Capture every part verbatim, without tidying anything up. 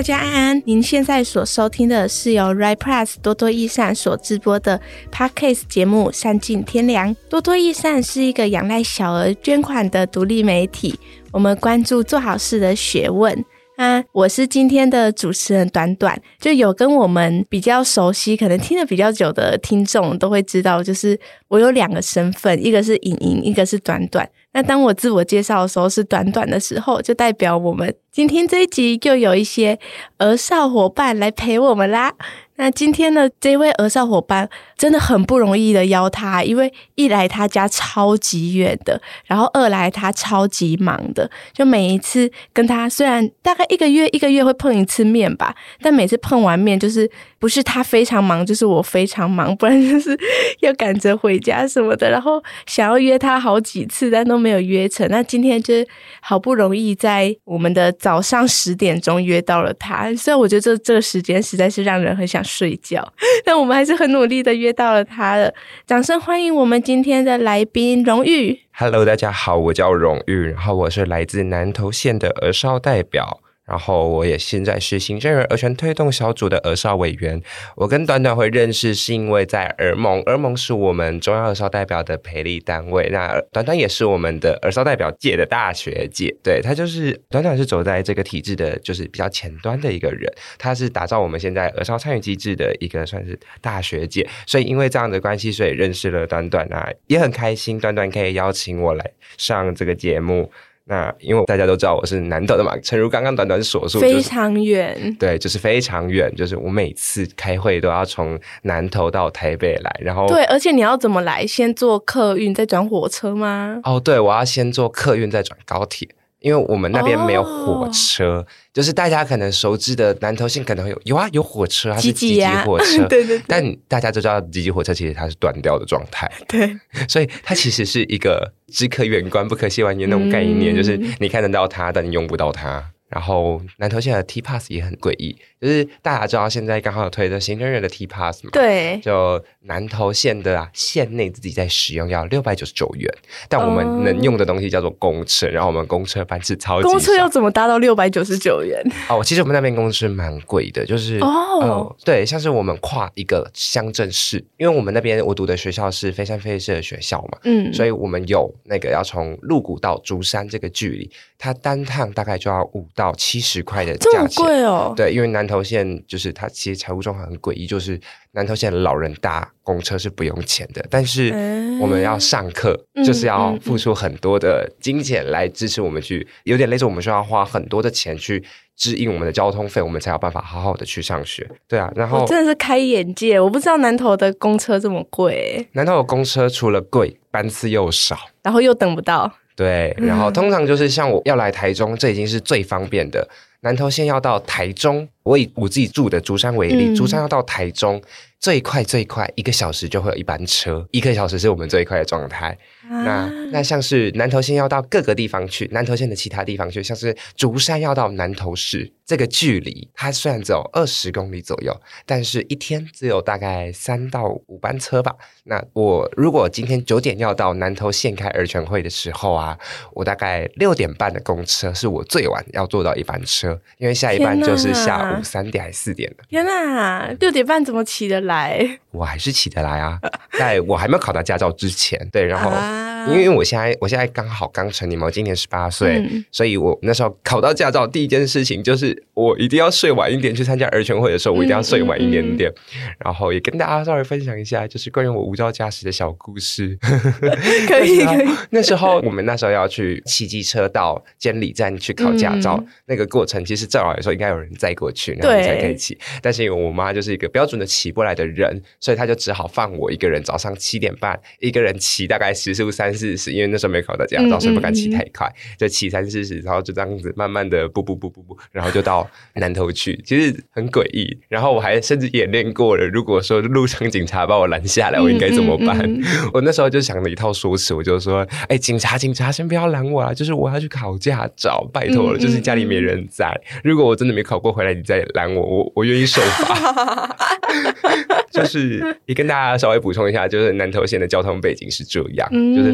大家安安，您现在所收听的是由 Right Plus 多多益善所直播的 Podcast 节目《善尽天良》。多多益善是一个仰赖小额捐款的独立媒体，我们关注做好事的学问。啊，我是今天的主持人短短，就有跟我们比较熟悉可能听得比较久的听众都会知道，就是我有两个身份，一个是莹莹，一个是短短。那当我自我介绍的时候是短短的时候，就代表我们今天这一集又有一些儿少伙伴来陪我们啦。那今天的这位儿少伙伴真的很不容易的邀他，因为一来他家超级远的，然后二来他超级忙的，就每一次跟他虽然大概一个月一个月会碰一次面吧，但每次碰完面就是不是他非常忙就是我非常忙，不然就是要赶着回家什么的，然后想要约他好几次但都没有约成。那今天就是好不容易在我们的早上十点钟约到了他，虽然我觉得这这个时间实在是让人很想睡觉，但我们还是很努力的约到了他了。掌声欢迎我们今天的来宾荣玉。 Hello， 大家好，我叫荣玉，然后我是来自南投县的儿少代表，然后我也现在是行政院儿权推动小组的儿少委员。我跟短短会认识是因为在儿盟，儿盟是我们中央儿少代表的培力单位，那短短也是我们的儿少代表界的大学姐。对，他就是短短是走在这个体制的就是比较前端的一个人，他是打造我们现在儿少参与机制的一个算是大学姐，所以因为这样的关系所以认识了短短啊，也很开心短短可以邀请我来上这个节目。那因为大家都知道我是南投的嘛，诚如刚刚短短所述， 非常远、就是、 对，就是非常远，就是我每次开会都要从南投到台北来，然后对，而且你要怎么来？先坐客运再转火车吗？ 哦，对，我要先坐客运再转高铁，因为我们那边没有火车、哦、就是大家可能熟知的南投县可能会有有啊有火车，它是集集火车对对对， 但大家都知道集集火车其实它是断掉的状态， 对， 所以它其实是一个只可远观不可亵玩焉那种概念、嗯、就是你看得到它但你用不到它。然后南投县的 T-Pass 也很诡异，就是大家知道现在刚好有推的行政院的 T-Pass 嘛， 对， 就南投县的、啊、县内自己在使用要六百九十九元，但我们能用的东西叫做公车、哦、然后我们公车班次超级少， 公车要怎么搭到六百九十九元？ 哦，其实我们那边公车蛮贵的，就是哦、呃，对，像是我们跨一个乡镇市，因为我们那边我读的学校是非山非市的学校嘛，嗯，所以我们有那个要从鹿谷到竹山这个距离，它单趟大概就要五到七十块的价钱， 这么贵哦？ 对，因为南投县就是它其实财务状况很诡异，就是南投县的老人搭公车是不用钱的，但是我们要上课、嗯、就是要付出很多的金钱来支持我们去，有点类似我们需要花很多的钱去支应我们的交通费，我们才有办法好好的去上学。对啊，然后我真的是开眼界，我不知道南投的公车这么贵。 南投的公车除了贵，班次又少， 然后又等不到。 对，然后通常就是像我要来台中，这已经是最方便的。南投县要到台中，我以我自己住的竹山为例、嗯、竹山要到台中最快最快一个小时就会有一班车，一个小时是我们最快的状态、啊、那那像是南投县要到各个地方去，南投县的其他地方去，像是竹山要到南投市，这个距离它虽然只有二十公里左右，但是一天只有大概三到五班车吧。那我如果今天九点要到南投县开儿权会的时候啊，我大概六点半的公车是我最晚要坐到一班车，因为下一班就是下午三点还是四点了。 天哪，六点半怎么起得来？ 我还是起得来啊，在我还没有考到驾照之前。对，然后、啊、因为我现在我现在刚好刚成年嘛，我今年十八岁、嗯、所以我那时候考到驾照第一件事情就是我一定要睡晚一点，去参加儿权会的时候我一定要睡晚一点点、嗯嗯嗯、然后也跟大家稍微分享一下就是关于我无照驾驶的小故事。 可以可以。 那时候我们那时候要去骑机车到监理站去考驾照、嗯、那个过程其实照理来说应该有人载过去然后你才可以骑，但是因为我妈就是一个标准的骑不来的人，所以她就只好放我一个人早上七点半一个人骑大概时速三四十，因为那时候没考到驾照、嗯、所以不敢骑太快，就骑三四十，然后就这样子慢慢的步步步步步，然后就到南投去，其实很诡异。然后我还甚至演练过了，如果说路上警察把我拦下来我应该怎么办、嗯嗯嗯、我那时候就想了一套说辞，我就说哎、欸，警察警察先不要拦我啊，就是我要去考驾照，拜托了、嗯嗯嗯、就是家里没人在，如果我真的没考过回来你再拦我我我愿意受罚。就是也跟大家稍微补充一下，就是南投县的交通背景是这样、嗯、就是非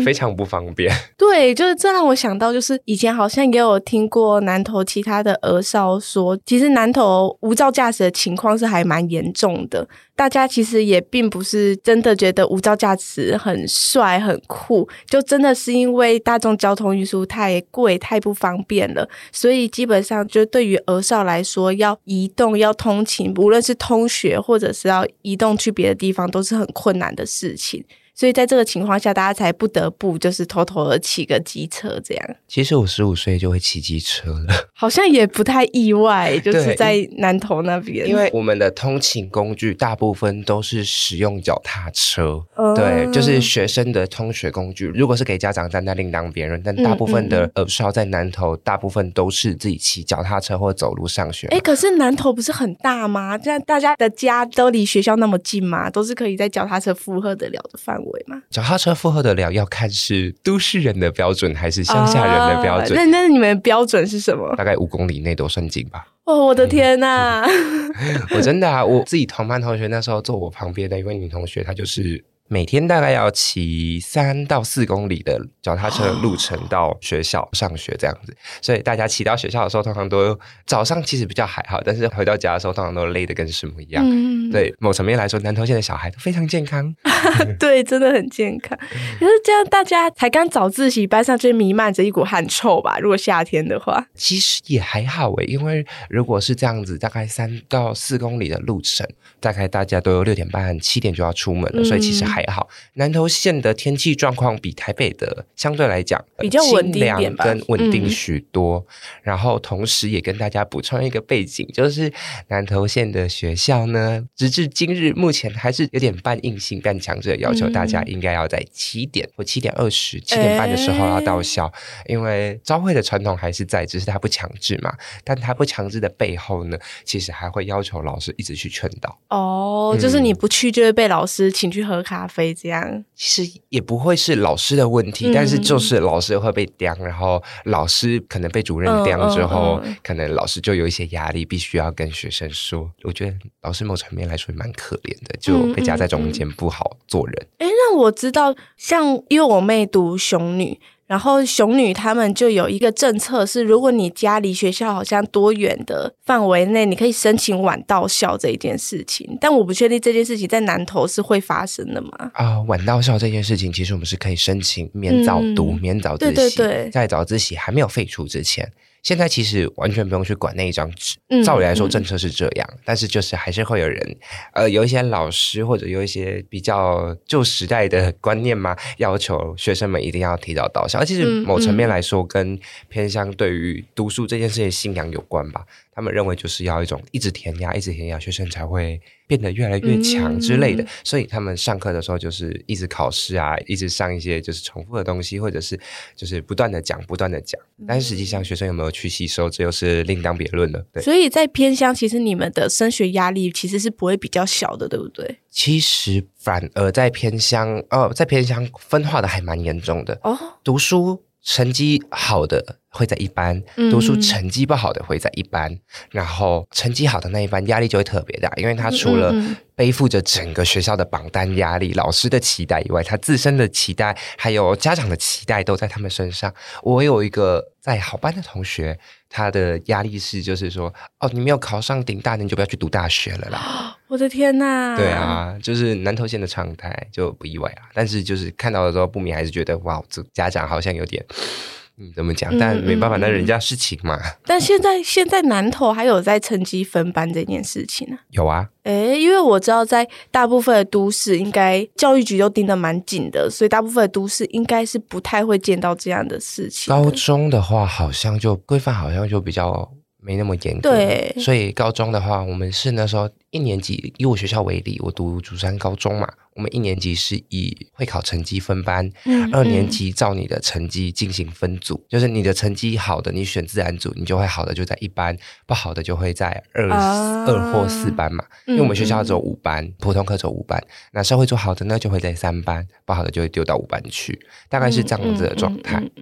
非常不方便。 对，就是这让我想到，就是以前好像也有听过南投其他的儿少说，其实南投无照驾驶的情况是还蛮严重的。大家其实也并不是真的觉得无照驾驶很帅很酷，就真的是因为大众交通运输太贵太不方便了，所以基本上就对于儿少来说，要移动要通勤，无论是通学或者是要移动去别的地方，都是很困难的事情。所以在这个情况下，大家才不得不就是偷偷的骑个机车这样。 其实我十五岁就会骑机车了， 好像也不太意外，就是在南投那边。 因为我们的通勤工具大部分都是使用脚踏车，嗯、对，就是学生的通学工具。如果是给家长站，那另当别论。但大部分的儿少在南投，大部分都是自己骑脚踏车或走路上学。 哎，可是南投不是很大吗？这样大家的家都离学校那么近吗？都是可以在脚踏车负荷得了的范围。 脚踏车负荷得了要看是都市人的标准还是乡下人的标准、 啊、那那你们的标准是什么？ 大概五公里内都算近吧。 哦，我的天哪、嗯、 我真的啊，我自己同班同学那时候坐我旁边的一位女同学，她就是每天大概要骑三到四公里的脚踏车路程到学校上学这样子，所以大家骑到学校的时候，通常都早上其实比较还好，但是回到家的时候，通常都累得跟什么一样。嗯，对，某层面来说，南投县的小孩都非常健康。 对，真的很健康。可是这样，大家才刚早自习，班上就弥漫着一股汗臭吧？如果夏天的话， 其实也还好诶，因为如果是这样子，大概三到四公里的路程，大概大家都有六点半、七点就要出门了，嗯、所以其实还好。南投县的天气状况比台北的相对来讲比较稳定一点吧， 跟稳定许多、嗯、然后同时也跟大家补充一个背景，就是南投县的学校呢，直至今日目前还是有点半硬性半强制的要求、嗯、大家应该要在七点或七点二十七点半的时候要到校、欸、因为朝会的传统还是在，只是它不强制嘛，但它不强制的背后呢，其实还会要求老师一直去劝导。 哦、嗯、就是你不去就会被老师请去喝咖啡这样。 其实也不会是老师的问题、嗯、但是就是老师会被刁，然后老师可能被主任刁之后、嗯嗯嗯、可能老师就有一些压力必须要跟学生说。我觉得老师某层面来说蛮可怜的，就被夹在中间不好做人。 诶、嗯嗯嗯、那我知道像因为我妹读雄女，然后雄女他们就有一个政策是，如果你家离学校好像多远的范围内，你可以申请晚到校这一件事情，但我不确定这件事情在南投是会发生的吗？ 啊、呃，晚到校这件事情其实我们是可以申请免早读、嗯、免早自习， 对对对， 在早自习还没有废除之前，现在其实完全不用去管那一张纸、嗯、照理来说政策是这样、嗯、但是就是还是会有人呃，有一些老师或者有一些比较旧时代的观念嘛，要求学生们一定要提早到校。其实某层面来说、嗯、跟偏向对于读书这件事情信仰有关吧，他们认为就是要一种一直填鸭一直填鸭，学生才会变得越来越强之类的、嗯、所以他们上课的时候就是一直考试啊，一直上一些就是重复的东西，或者是就是不断的讲不断的讲，但是实际上学生有没有去吸收，这又是另当别论了。对， 所以在偏乡其实你们的升学压力其实是不会比较小的，对不对？ 其实反而在偏乡哦，在偏乡分化的还蛮严重的哦。读书成绩好的会在一班、嗯、读书成绩不好的会在一班，然后成绩好的那一班压力就会特别大，因为他除了背负着整个学校的榜单压力、老师的期待以外，他自身的期待还有家长的期待都在他们身上。我有一个在好班的同学，他的压力是就是说，哦，你没有考上顶大，你就不要去读大学了啦。 我的天哪！ 对啊，就是南投县的常态，就不意外啊。但是就是看到的时候，不免还是觉得哇，这家长好像有点，嗯，怎么讲？但没办法，那人家事情嘛。 但现在现在南投还有在成绩分班这件事情呢、啊？ 有啊。 诶，因为我知道在大部分的都市，应该教育局都盯得蛮紧的，所以大部分的都市应该是不太会见到这样的事情的。 高中的话，好像就规范，好像就比较没那么严格。 对， 所以高中的话，我们是那时候一年级，以我学校为例，我读竹山高中嘛，我们一年级是以会考成绩分班，嗯、二年级照你的成绩进行分组，就是你的成绩好的，你选自然组，你就会好的就在一班，不好的就会在二、啊、二或四班嘛。因为我们学校只有五班，嗯、普通课只有五班，那社会组好的呢就会在三班，不好的就会丢到五班去，大概是这样子的状态。嗯嗯嗯嗯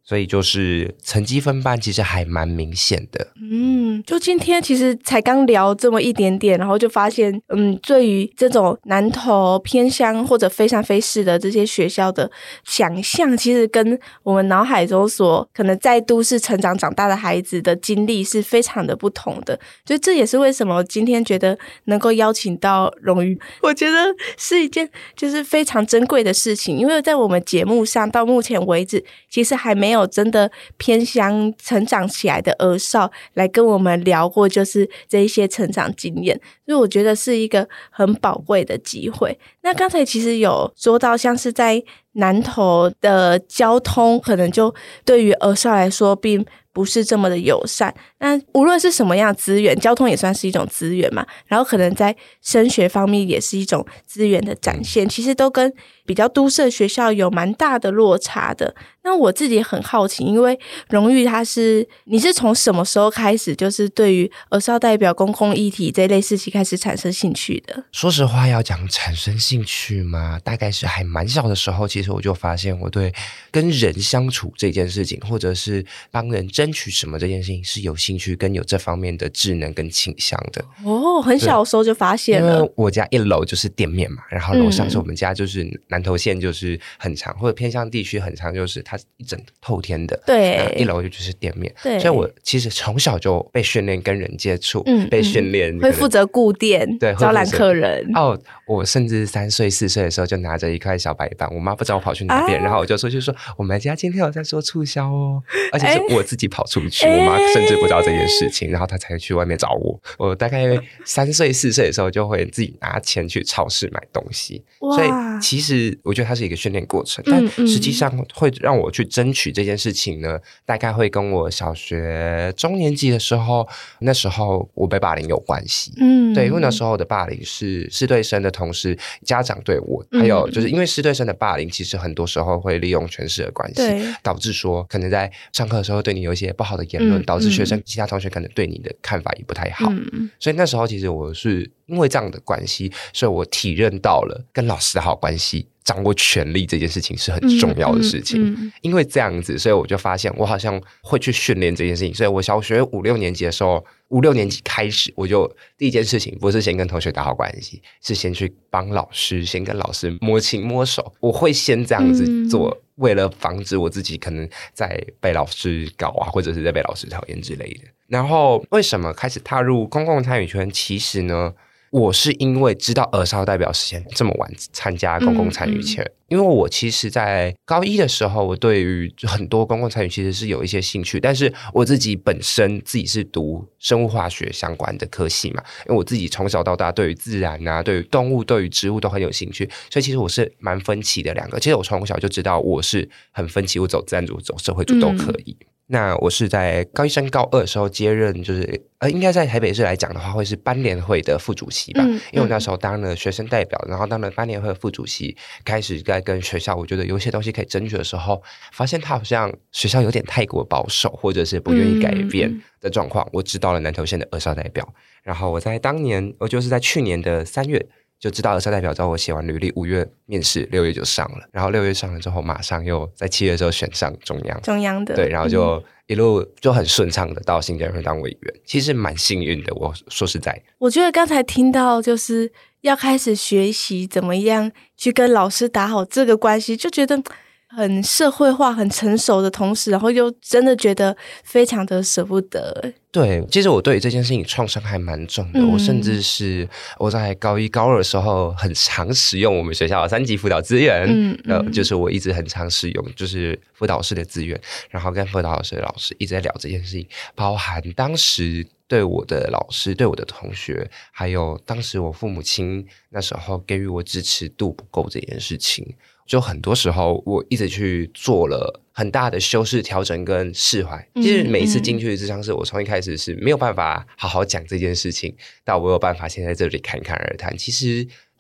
所以就是成绩分班其实还蛮明显的。 嗯，就今天其实才刚聊这么一点点，然后就发现嗯，对于这种南投偏乡或者非山非市的这些学校的想象，其实跟我们脑海中所可能在都市成长长大的孩子的经历是非常的不同的。所以这也是为什么今天觉得能够邀请到荣瑜，我觉得是一件就是非常珍贵的事情。因为在我们节目上到目前为止其实还没有真的偏乡成长起来的儿少来跟我们聊过就是这一些成长经验，所以我觉得是一个很宝贵的机会。那刚才其实有说到像是在南投的交通可能就对于儿少来说并不是这么的友善，那无论是什么样的资源，交通也算是一种资源嘛，然后可能在升学方面也是一种资源的展现，其实都跟比较都市的学校有蛮大的落差的。那我自己很好奇，因为荣瑜他是你是从什么时候开始就是对于儿少代表公共议题这类事情开始产生兴趣的？ 说实话要讲产生兴趣吗，大概是还蛮小的时候，其实我就发现我对跟人相处这件事情，或者是帮人争取什么这件事情是有兴趣跟有这方面的智能跟倾向的。 哦，很小的时候就发现了。 因为我家一楼就是店面嘛，然后楼上是我们家，就是南投县就是很长、嗯、或者偏向地区很长，就是它一整透天的， 对， 一楼就是店面， 对， 所以我其实从小就被训练跟人接触、嗯、被训练会负责顾店，对，招揽客人。 哦，我甚至三岁四岁的时候就拿着一块小白板，我妈不知道我跑去哪边、啊、然后我就说就说我们家今天有在做促销哦，而且是我自己跑出去、欸、我妈甚至不知道这件事情、欸、然后她才去外面找我。我大概三岁四岁的时候就会自己拿钱去超市买东西，所以其实我觉得它是一个训练过程，但实际上会让我去争取这件事情呢，大概会跟我小学中年级的时候，那时候我被霸凌有关系。嗯，对，因为那时候的霸凌是师对生的同时家长对我，还有就是因为师对生的霸凌其实很多时候会利用权势的关系，导致说可能在上课的时候对你有一些不好的言论、嗯、导致学生其他同学可能对你的看法也不太好、嗯、所以那时候其实我是因为这样的关系，所以我体认到了跟老师的好关系，掌握权力这件事情是很重要的事情、嗯嗯嗯、因为这样子，所以我就发现我好像会去训练这件事情。所以我小学五六年级的时候，五六年级开始，我就第一件事情不是先跟同学打好关系，是先去帮老师，先跟老师摸清摸手。我会先这样子做、嗯、为了防止我自己可能在被老师搞啊，或者是在被老师讨厌之类的。然后为什么开始踏入公共参与圈，其实呢我是因为知道儿少代表时间这么晚参加公共参与圈、嗯嗯、因为我其实在高一的时候，我对于很多公共参与其实是有一些兴趣，但是我自己本身自己是读生物化学相关的科系嘛，因为我自己从小到大对于自然啊，对于动物，对于植物都很有兴趣，所以其实我是蛮分歧的两个。其实我从小就知道我是很分歧，我走自然组走社会组都可以、嗯，那我是在高一升高二的时候接任，就是呃，应该在台北市来讲的话，会是班联会的副主席吧、嗯嗯、因为我那时候当了学生代表，然后当了班联会的副主席，开始在跟学校我觉得有些东西可以争取的时候，发现他好像学校有点太过保守，或者是不愿意改变的状况、嗯、我知道了南投县的儿少代表，然后我在当年我就是在去年的三月就知道儿少代表之后，我写完履历，五月面试，六月就上了，然后六月上了之后，马上又在七月的时候选上中央， 中央的， 对，然后就一路就很顺畅的到行政院当委员，其实蛮幸运的。我说实在， 我觉得刚才听到就是要开始学习怎么样去跟老师打好这个关系，就觉得很社会化、很成熟的同时，然后又真的觉得非常的舍不得。 对，其实我对于这件事情创伤还蛮重的、嗯、我甚至是我在高一高二的时候很常使用我们学校的三级辅导资源、嗯嗯、呃，就是我一直很常使用就是辅导室的资源，然后跟辅导室的老师一直在聊这件事情，包含当时对我的老师、对我的同学，还有当时我父母亲那时候给予我支持度不够这件事情，就很多时候我一直去做了很大的修饰调整跟释怀。其实每一次进去的咨商室，我从一开始是没有办法好好讲这件事情，到我有办法先在这里侃侃而谈，其实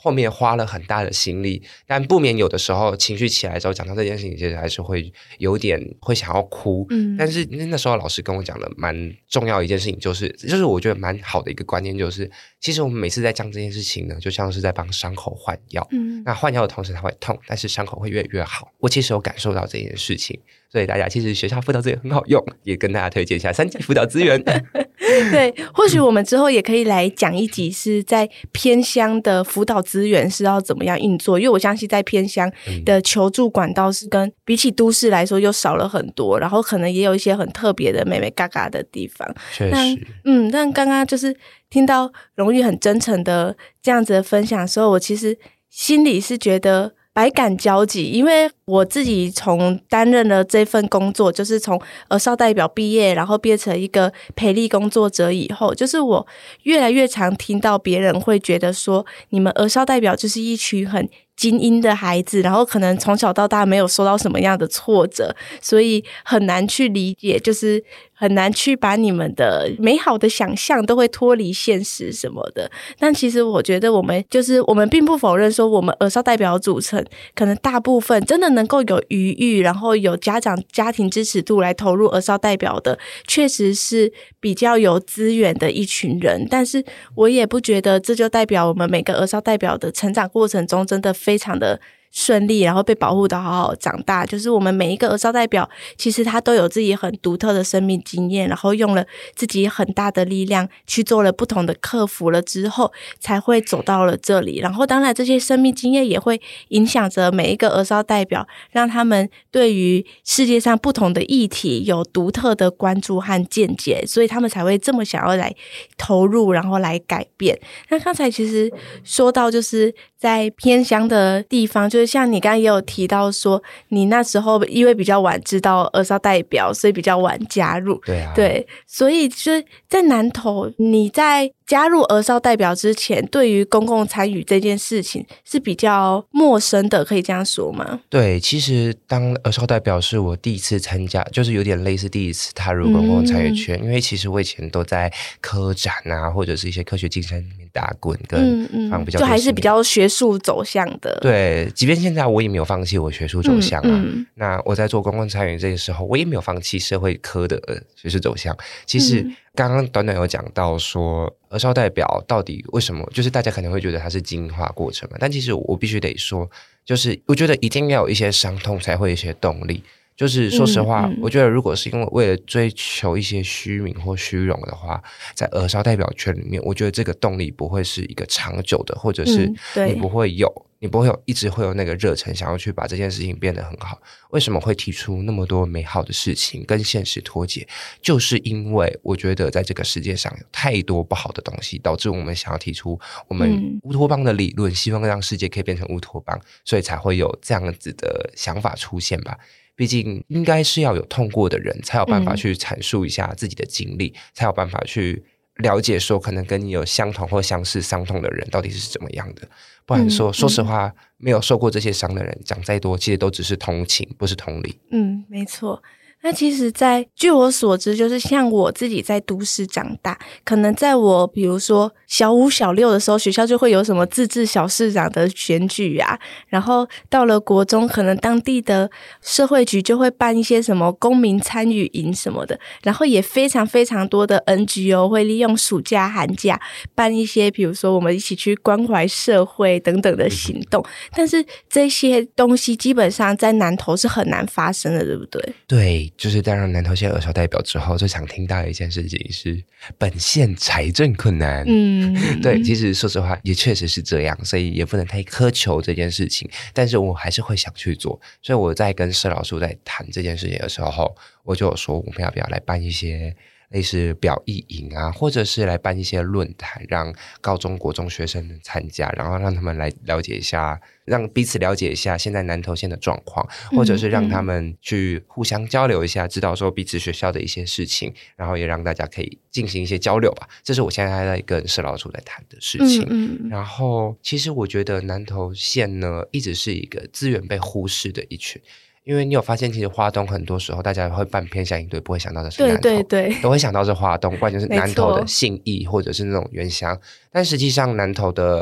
后面花了很大的心力，但不免有的时候情绪起来之后讲到这件事情，其实还是会有点会想要哭。嗯，但是那时候老师跟我讲了蛮重要的一件事情，就是就是我觉得蛮好的一个观念，就是其实我们每次在讲这件事情呢，就像是在帮伤口换药。嗯，那换药的同时它会痛，但是伤口会越来越好。我其实有感受到这件事情，所以大家其实学校辅导资源很好用，也跟大家推荐一下三级辅导资源。 对，或许我们之后也可以来讲一集是在偏乡的辅导资源是要怎么样运作，因为我相信在偏乡的求助管道是跟比起都市来说又少了很多，然后可能也有一些很特别的美美嘎嘎的地方。 确实， 嗯，但刚刚就是听到荣誉很真诚的这样子的分享的时候，我其实心里是觉得百感交集，因为我自己从担任了这份工作，就是从儿少代表毕业，然后变成一个培力工作者以后，就是我越来越常听到别人会觉得说，你们儿少代表就是一群很精英的孩子，然后可能从小到大没有受到什么样的挫折，所以很难去理解，就是很难去把你们的美好的想象都会脱离现实什么的。但其实我觉得我们就是我们并不否认说我们儿少代表组成可能大部分真的能够有余裕，然后有家长家庭支持度来投入儿少代表的确实是比较有资源的一群人，但是我也不觉得这就代表我们每个儿少代表的成长过程中真的非常的顺利，然后被保护的好好长大。就是我们每一个儿少代表其实他都有自己很独特的生命经验，然后用了自己很大的力量去做了不同的克服了之后才会走到了这里，然后当然这些生命经验也会影响着每一个儿少代表，让他们对于世界上不同的议题有独特的关注和见解，所以他们才会这么想要来投入，然后来改变。那刚才其实说到就是在偏乡的地方，就是像你刚刚也有提到说你那时候因为比较晚知道儿少代表，所以比较晚加入。 对啊， 对，所以就是在南投，你在加入儿少代表之前，对于公共参与这件事情是比较陌生的，可以这样说吗？ 对，其实当儿少代表是我第一次参加，就是有点类似第一次踏入公共参与圈、嗯、因为其实我以前都在科展啊或者是一些科学竞赛里面打滚，跟放比较、嗯嗯、 就还是比较学术走向的。 对，即便现在我也没有放弃我学术走向啊、嗯嗯、那我在做公共参与这个时候，我也没有放弃社会科的学术走向。其实刚刚短短有讲到说儿少代表到底为什么，就是大家可能会觉得它是精英化过程嘛，但其实我必须得说，就是我觉得一定要有一些伤痛才会有一些动力。就是说实话、嗯嗯、我觉得如果是因为为了追求一些虚名或虚荣的话，在儿少代表圈里面，我觉得这个动力不会是一个长久的，或者是你不会有、嗯、你不会有一直会有那个热忱想要去把这件事情变得很好。为什么会提出那么多美好的事情跟现实脱节，就是因为我觉得在这个世界上有太多不好的东西，导致我们想要提出我们乌托邦的理论、嗯、希望让世界可以变成乌托邦，所以才会有这样子的想法出现吧。毕竟应该是要有痛过的人才有办法去阐述一下自己的经历、嗯、才有办法去了解说可能跟你有相同或相似伤痛的人到底是怎么样的。不然说、嗯、说实话没有受过这些伤的人讲再多其实都只是同情，不是同理。 嗯，没错。那其实在据我所知，就是像我自己在都市长大，可能在我比如说小五小六的时候，学校就会有什么自治小市长的选举啊，然后到了国中可能当地的社会局就会办一些什么公民参与营什么的，然后也非常非常多的 N G O 会利用暑假寒假办一些比如说我们一起去关怀社会等等的行动、嗯、但是这些东西基本上在南投是很难发生的，对不对？ 对，就是担任南投县儿少代表之后，最常听到的一件事情是本县财政困难。嗯，对，其实说实话也确实是这样，所以也不能太苛求这件事情，但是我还是会想去做。所以我在跟社老师在谈这件事情的时候，我就有说我们要不要来办一些类似表意营啊，或者是来办一些论坛，让高中国中学生们参加，然后让他们来了解一下，让彼此了解一下现在南投县的状况，或者是让他们去互相交流一下，知道说彼此学校的一些事情，然后也让大家可以进行一些交流吧。这是我现在还在跟社老处在谈的事情。嗯嗯，然后其实我觉得南投县呢一直是一个资源被忽视的一群，因为你有发现其实花东很多时候大家会办偏乡营队，不会想到的是南投， 对对对， 都会想到是花东，不然就是南投的信义或者是那种原乡，但实际上南投的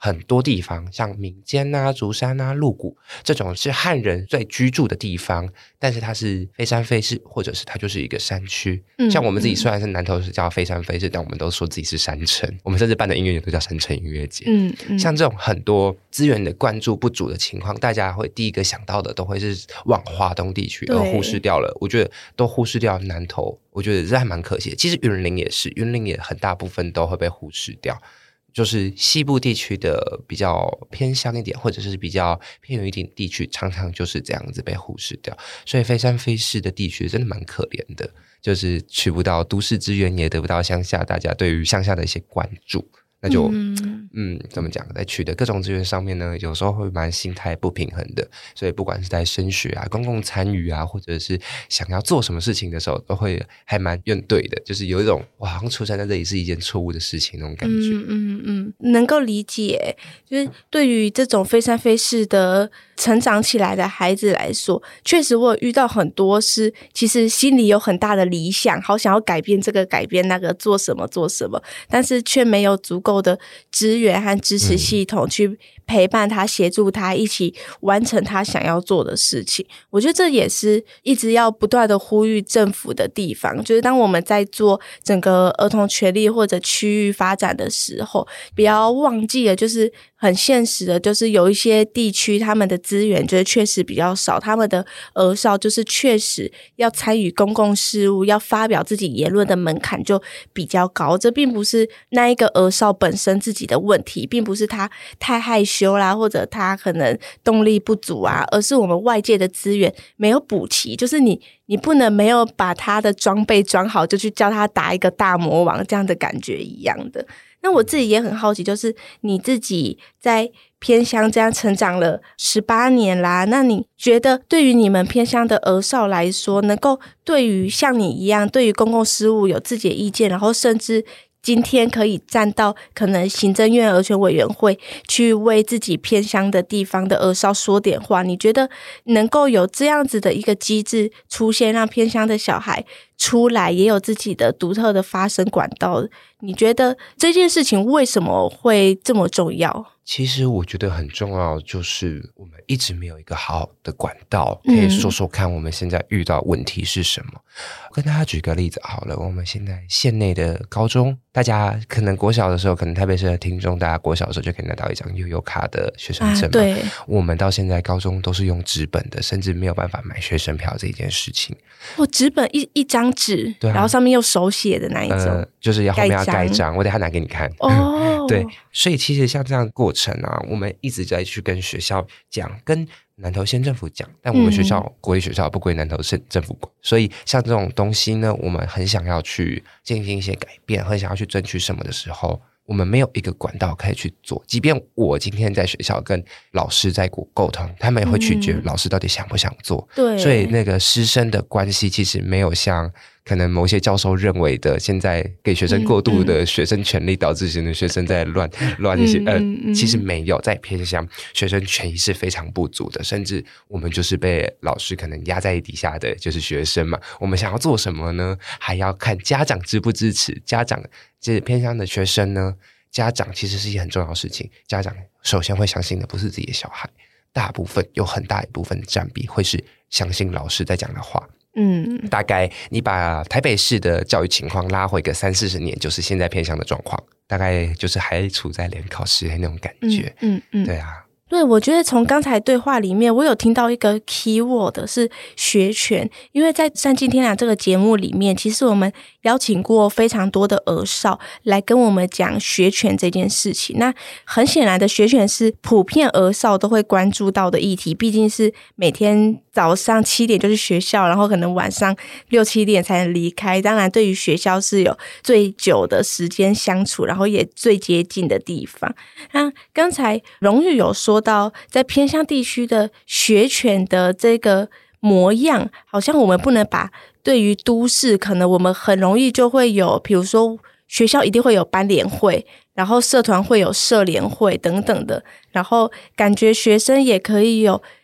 很多地方，像民间啊、竹山啊、鹿谷这种是汉人最居住的地方，但是它是非山非市，或者是它就是一个山区、嗯、像我们自己虽然是南投是叫非山非市、嗯、但我们都说自己是山城，我们甚至办的音乐节都叫山城音乐节、嗯嗯、像这种很多资源的灌注不足的情况，大家会第一个想到的都会是往华东地区，而忽视掉了，我觉得都忽视掉南投，我觉得这还蛮可惜的。其实云林也是，云林也很大部分都会被忽视掉，就是西部地区的比较偏乡一点，或者是比较偏远一点地区，常常就是这样子被忽视掉，所以非山非市的地区真的蛮可怜的，就是取不到都市资源，也得不到乡下大家对于乡下的一些关注，那就 嗯, 嗯怎么讲，在取得各种资源上面呢，有时候会蛮心态不平衡的，所以不管是在升学啊、公共参与啊，或者是想要做什么事情的时候，都会还蛮怨怼的，就是有一种哇，好像出生在这里是一件错误的事情那种感觉。 嗯嗯嗯，能够理解，就是对于这种非山非市的成长起来的孩子来说，确实我有遇到很多是其实心里有很大的理想，好想要改变这个改变那个，做什么做什么，但是却没有足够的资源和支持系统去陪伴他、协助他一起完成他想要做的事情。我觉得这也是一直要不断的呼吁政府的地方，就是当我们在做整个儿童权利或者区域发展的时候，不要忘记了，就是很现实的，就是有一些地区他们的资源就是确实比较少，他们的儿少就是确实要参与公共事务、要发表自己言论的门槛就比较高。这并不是那一个儿少本身自己的问题，并不是他太害羞啦，或者他可能动力不足啊，而是我们外界的资源没有补齐，就是你你不能没有把他的装备装好就去叫他打一个大魔王，这样的感觉一样的。那我自己也很好奇，就是你自己在偏乡这样成长了十八年啦，那你觉得对于你们偏乡的儿少来说，能够对于像你一样对于公共事务有自己的意见，然后甚至今天可以站到可能行政院儿权委员会去为自己偏乡的地方的儿少说点话，你觉得能够有这样子的一个机制出现，让偏乡的小孩出来也有自己的独特的发声管道，你觉得这件事情为什么会这么重要？ 其实我觉得很重要，就是我们一直没有一个好好的管道可以说说看我们现在遇到问题是什么、嗯、我跟大家举个例子好了，我们现在县内的高中，大家可能国小的时候，可能台北市的听众大家国小的时候就可以拿到一张悠游卡的学生证嘛、啊、 对， 我们到现在高中都是用纸本的，甚至没有办法买学生票这一件事情。 哦，纸本 一, 一张纸、啊、然后上面又手写的那一种、呃、 就是要后面要盖章，我等一下拿给你看哦。 对，所以其实像这样的过程啊，我们一直在去跟学校讲，跟南投县政府讲，但我们学校、嗯、国立学校不归南投县政府管，所以像这种东西呢，我们很想要去进行一些改变，很想要去争取什么的时候，我们没有一个管道可以去做。即便我今天在学校跟老师在沟通，他们也会取决老师到底想不想做、嗯、对，所以那个师生的关系其实没有像可能某些教授认为的，现在给学生过度的学生权利，导致现在学生在乱乱一些、嗯、呃、嗯，其实没有，在偏向学生权益是非常不足的，甚至我们就是被老师可能压在底下的就是学生嘛，我们想要做什么呢？还要看家长支不支持。家长这偏向的学生呢，家长其实是一件很重要的事情，家长首先会相信的不是自己的小孩，大部分有很大一部分的占比会是相信老师在讲的话。嗯，大概你把台北市的教育情况拉回个三四十年，就是现在偏向的状况，大概就是还处在联考时的那种感觉。嗯 嗯, 嗯，对啊。 对，我觉得从刚才对话里面，我有听到一个 keyword 是学权，因为在善尽天良这个节目里面，其实我们邀请过非常多的儿少来跟我们讲学权这件事情。那很显然的，学权是普遍儿少都会关注到的议题，毕竟是每天早上七点就去学校，然后可能晚上六七点才能离开。当然，对于学校是有最久的时间相处，然后也最接近的地方。那刚才荣誉有说到，在偏乡地区的学权的这个模样，好像我们不能把对于都市，可能我们很容易就会有，比如说学校一定会有班联会，然后社团会有社联会等等的，然后感觉学生也可以有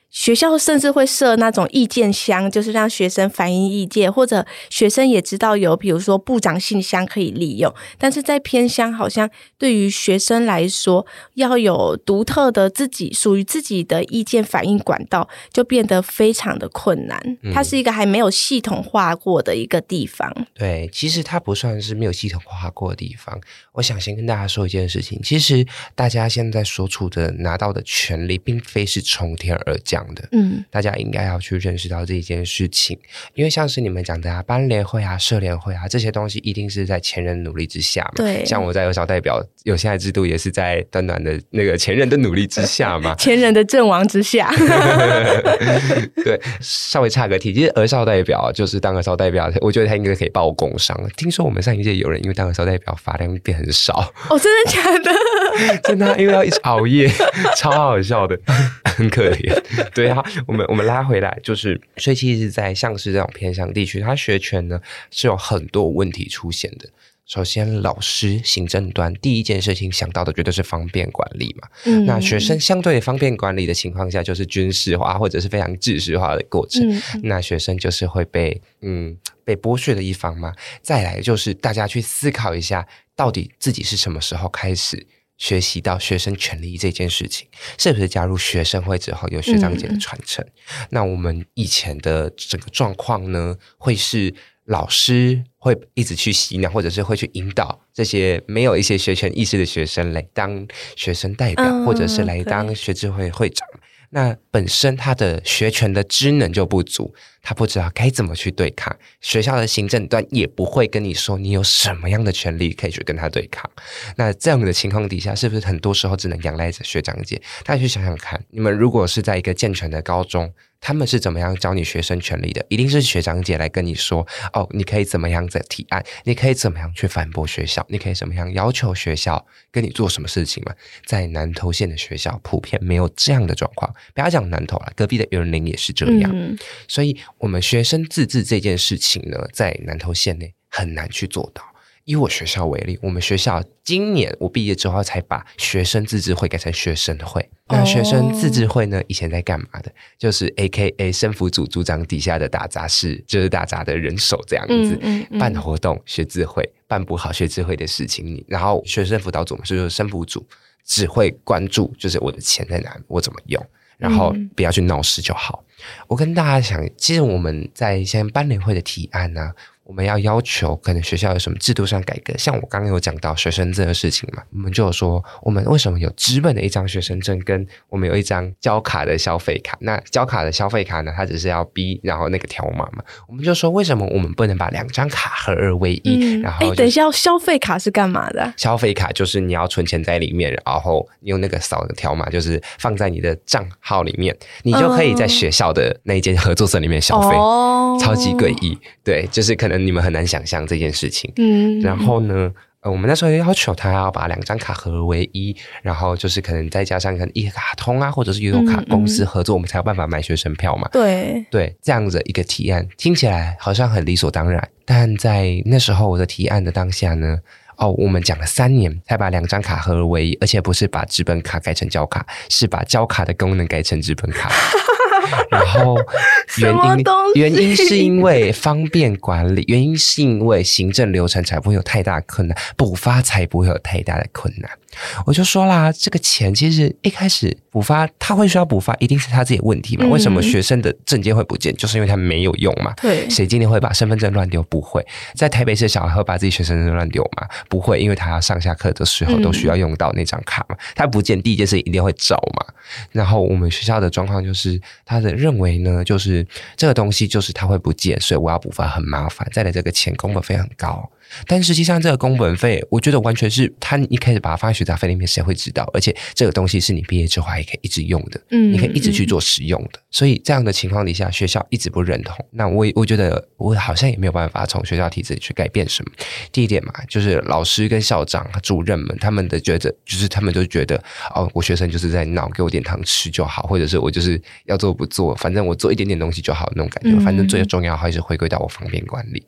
学校甚至会设那种意见箱，就是让学生反映意见，或者学生也知道有比如说部长信箱可以利用，但是在偏乡好像对于学生来说要有独特的自己属于自己的意见反应管道就变得非常的困难、嗯、它是一个还没有系统化过的一个地方。 对，其实它不算是没有系统化过的地方。我想先跟大家说一件事情，其实大家现在所处的拿到的权利并非是从天而降的，嗯，大家应该要去认识到这一件事情。因为像是你们讲的啊，班联会啊、社联会啊，这些东西一定是在前人努力之下嘛。 对， 像我在儿少代表有现在制度，也是在短短的那个前人的努力之下嘛， 前人的阵亡之下。 对，稍微岔个题，其实儿少代表就是当儿少代表，我觉得他应该可以报工伤。听说我们上一届有人因为当儿少代表发量变很少。 哦，真的假的？ 真的、啊，因为要一直熬夜，超好笑的，很可怜。对啊，我们我们拉回来，就是所以其实在像是这种偏乡地区，它学权呢是有很多问题出现的。首先老师行政端第一件事情想到的绝对是方便管理嘛、嗯、那学生相对方便管理的情况下就是军事化或者是非常制式化的过程、嗯、那学生就是会被嗯被剥削的一方嘛。再来就是大家去思考一下，到底自己是什么时候开始学习到学生权利这件事情，是不是加入学生会之后有学长姐的传承、嗯、那我们以前的整个状况呢，会是老师会一直去洗脑，或者是会去引导这些没有一些学权意识的学生来当学生代表、嗯、或者是来当学制会会长。那本身他的学权的知能就不足，他不知道该怎么去对抗，学校的行政端也不会跟你说你有什么样的权利可以去跟他对抗。那这样的情况底下，是不是很多时候只能仰赖着学长姐？大家去想想看，你们如果是在一个健全的高中，他们是怎么样教你学生权利的？一定是学长姐来跟你说，哦，你可以怎么样的提案，你可以怎么样去反驳学校，你可以怎么样要求学校跟你做什么事情嘛？在南投县的学校普遍没有这样的状况，不要讲南投啦，隔壁的云林也是这样、嗯、所以我们学生自治这件事情呢，在南投县内很难去做到。以我学校为例，我们学校今年我毕业之后才把学生自治会改成学生会。那学生自治会呢，以前在干嘛的？就是 A K A 生辅组组长底下的打杂室，就是打杂的人手这样子、嗯嗯嗯、办活动学自会，办不好学自会的事情，然后学生辅导组嘛，就是生辅组只会关注就是我的钱在哪里，我怎么用，然后不要去闹事就好、嗯、我跟大家讲，其实我们在现在班联会的提案啊，我们要要求可能学校有什么制度上改革，像我刚刚有讲到学生证的事情嘛，我们就有说我们为什么有纸本的一张学生证，跟我们有一张交卡的消费卡。那交卡的消费卡呢，它只是要逼然后那个条码嘛，我们就说为什么我们不能把两张卡合二为一、嗯、然后、就是、 等一下，消费卡是干嘛的？ 消费卡就是你要存钱在里面，然后你用那个扫的条码就是放在你的账号里面，你就可以在学校的那一间合作社里面消费、哦、超级诡异。对，就是可能你们很难想象这件事情。嗯，然后呢呃，我们那时候要求他要把两张卡合而为一，然后就是可能再加上可能一卡通啊，或者是悠游卡公司合作、嗯嗯、我们才有办法买学生票嘛。 对对，这样子一个提案听起来好像很理所当然，但在那时候我的提案的当下呢，哦，我们讲了三年才把两张卡合而为一，而且不是把纸本卡改成胶卡，是把胶卡的功能改成纸本卡。然后原因原因是因为方便管理，原因是因为行政流程才不会有太大的困难，补发才不会有太大的困难。我就说啦，这个钱其实一开始补发他会需要补发，一定是他自己的问题嘛、嗯、为什么学生的证件会不见，就是因为他没有用嘛。 对， 谁今天会把身份证乱丢？不会。在台北市小孩会把自己学生证乱丢吗？不会，因为他要上下课的时候都需要用到那张卡嘛、嗯、他不见第一件事一定会找嘛。然后我们学校的状况就是他的认为呢，就是这个东西就是他会不见，所以我要补发很麻烦，再来这个钱工本费很高，但实际上这个工本费我觉得完全是他一开始把它放在学杂费里面，谁会知道？而且这个东西是你毕业之后还可以一直用的，嗯，你可以一直去做使用的、嗯、所以这样的情况底下学校一直不认同，那我我觉得我好像也没有办法从学校体制里去改变什么。第一点嘛，就是老师跟校长主任们他们的觉得就是他们就觉得哦，我学生就是在闹，给我点糖吃就好，或者是我就是要做不做，反正我做一点点东西就好那种感觉、嗯、反正最重要还是回归到我方便管理。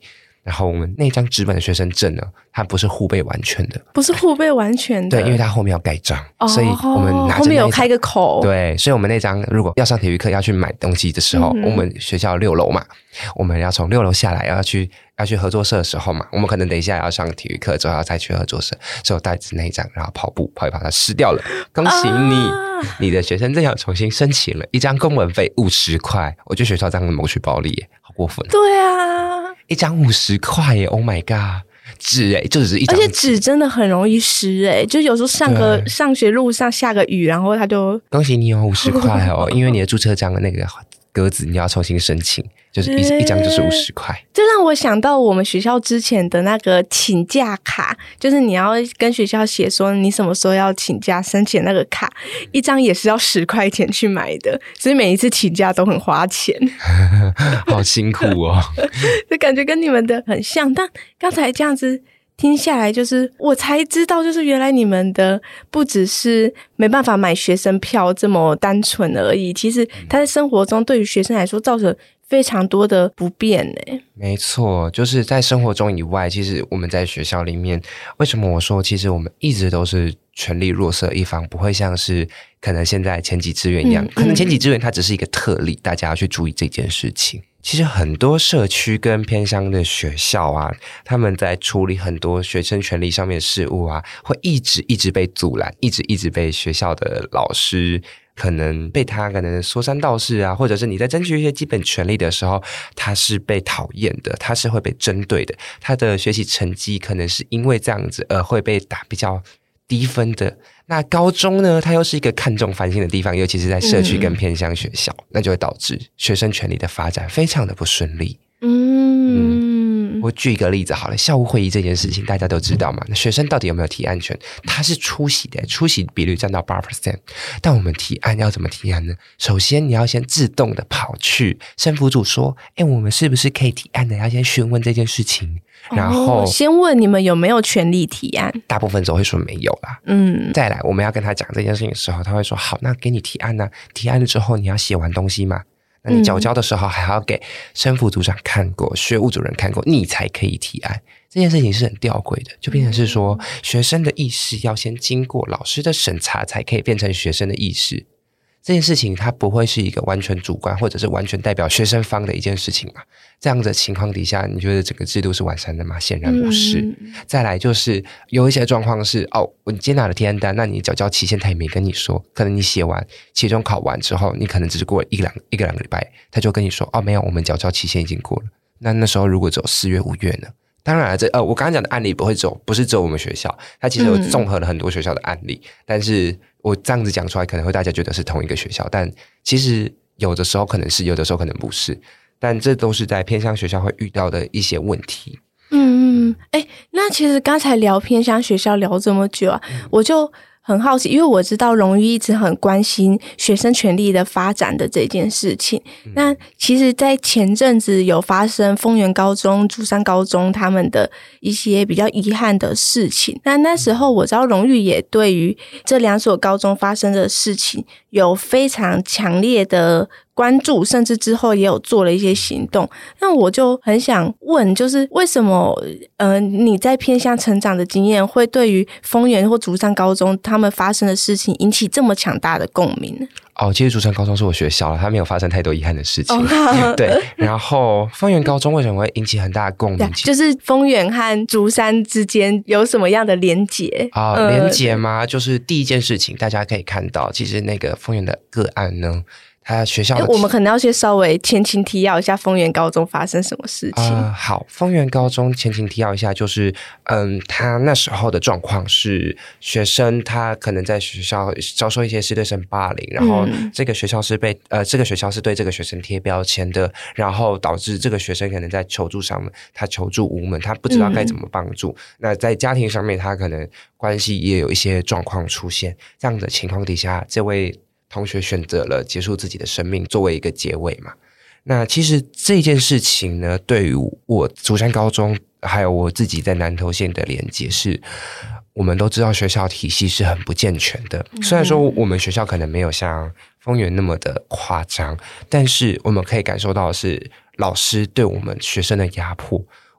然后我们那张纸本的学生证呢，它不是护背完全的， 不是护背完全的， 对，因为它后面要盖章、哦、所以我们拿着后面有开个口， 对，所以我们那张如果要上体育课要去买东西的时候、嗯、我们学校六楼嘛，我们要从六楼下来要去要去合作社的时候嘛，我们可能等一下要上体育课之后要再去合作社，所以我带着那一张然后跑步跑一跑它湿掉了，恭喜你、啊、你的学生证要重新申请了，一张公文费五十块，我觉得学校这样谋取暴利耶，好过分。 对啊， 一张五十块耶 ，Oh my god！ 纸耶，就只是一张纸， 而且纸真的很容易湿耶，就有时候上个上学路上下个雨，然后他就恭喜你哦，五十块哦，因为你的注册章的那个格子你要重新申请，就是一、欸、一张就是五十块。 这让我想到我们学校之前的那个请假卡，就是你要跟学校写说你什么时候要请假，申请那个卡，一张也是要十块钱去买的，所以每一次请假都很花钱， 好辛苦哦。 就感觉跟你们的很像，但刚才这样子听下来，就是我才知道，就是原来你们的不只是没办法买学生票这么单纯而已，其实他在生活中对于学生来说造成非常多的不便耶。 没错，就是在生活中以外，其实我们在学校里面，为什么我说其实我们一直都是权力弱势一方，不会像是可能现在前几志愿一样、嗯、可能前几志愿它只是一个特例、嗯、大家要去注意这件事情。其实很多社区跟偏乡的学校啊，他们在处理很多学生权利上面的事务啊，会一直一直被阻拦，一直一直被学校的老师可能被他可能说三道四啊，或者是你在争取一些基本权利的时候，他是被讨厌的，他是会被针对的，他的学习成绩可能是因为这样子而会被打比较低分的。那高中呢，它又是一个看重繁星的地方，尤其是在社区跟偏乡学校、嗯、那就会导致学生权利的发展非常的不顺利。 嗯, 嗯我举一个例子好了，校务会议这件事情大家都知道嘛，那学生到底有没有提案权？他是出席的，出席比率占到 百分之八， 但我们提案要怎么提案呢？首先你要先自动的跑去生辅组说，诶，我们是不是可以提案的，要先询问这件事情，然后、 哦、先问你们有没有权利提案， 大部分都会说没有啦。嗯，再来我们要跟他讲这件事情的时候，他会说好，那给你提案啊，提案了之后你要写完东西嘛，那你缴交的时候还要给生辅组长看过、学务主任看过，你才可以提案。这件事情是很吊诡的，就变成是说学生的意识要先经过老师的审查才可以变成学生的意识。这件事情它不会是一个完全主观或者是完全代表学生方的一件事情嘛？这样的情况底下，你觉得整个制度是完善的吗？显然不是、嗯、再来就是有一些状况是哦，你接拿了提案单，那你缴交期限他也没跟你说，可能你写完期中考完之后，你可能只是过了一两一个两个礼拜，他就跟你说哦，没有，我们缴交期限已经过了。那那时候如果只有四月五月呢？当然了，这呃，我刚刚讲的案例不会只有，不是只有我们学校，它其实有综合了很多学校的案例、嗯、但是我这样子讲出来可能会大家觉得是同一个学校，但其实有的时候可能是，有的时候可能不是，但这都是在偏乡学校会遇到的一些问题。 嗯嗯，哎，那其实刚才聊偏乡学校聊这么久啊、嗯、我就很好奇，因为我知道荣誉一直很关心学生权利的发展的这件事情、嗯、那其实在前阵子有发生丰原高中、竹山高中他们的一些比较遗憾的事情，那那时候我知道荣誉也对于这两所高中发生的事情有非常强烈的关注，甚至之后也有做了一些行动。那我就很想问，就是为什么呃你在偏乡成长的经验会对于丰原或竹山高中他们发生的事情引起这么强大的共鸣呢？ 哦，其实竹山高中是我学校了，它没有发生太多遗憾的事情、oh, 对，然后丰原高中为什么会引起很大的共鸣？ 就是丰原和竹山之间有什么样的连结啊、呃？连结吗、呃、就是第一件事情大家可以看到，其实那个丰原的个案呢，他学校的、欸、 我们可能要先稍微前情提要一下丰原高中发生什么事情、 呃、好，丰原高中前情提要一下，就是嗯，他那时候的状况是学生他可能在学校遭受一些师对生霸凌，然后这个学校是被、嗯、呃这个学校是对这个学生贴标签的，然后导致这个学生可能在求助上面他求助无门，他不知道该怎么帮助、嗯、那在家庭上面他可能关系也有一些状况出现，这样的情况底下，这位同学选择了结束自己的生命作为一个结尾嘛。那其实这件事情呢，对于我竹山高中还有我自己在南投县的连结是，我们都知道学校体系是很不健全的，虽然说我们学校可能没有像丰原那么的夸张，但是我们可以感受到的是老师对我们学生的压迫。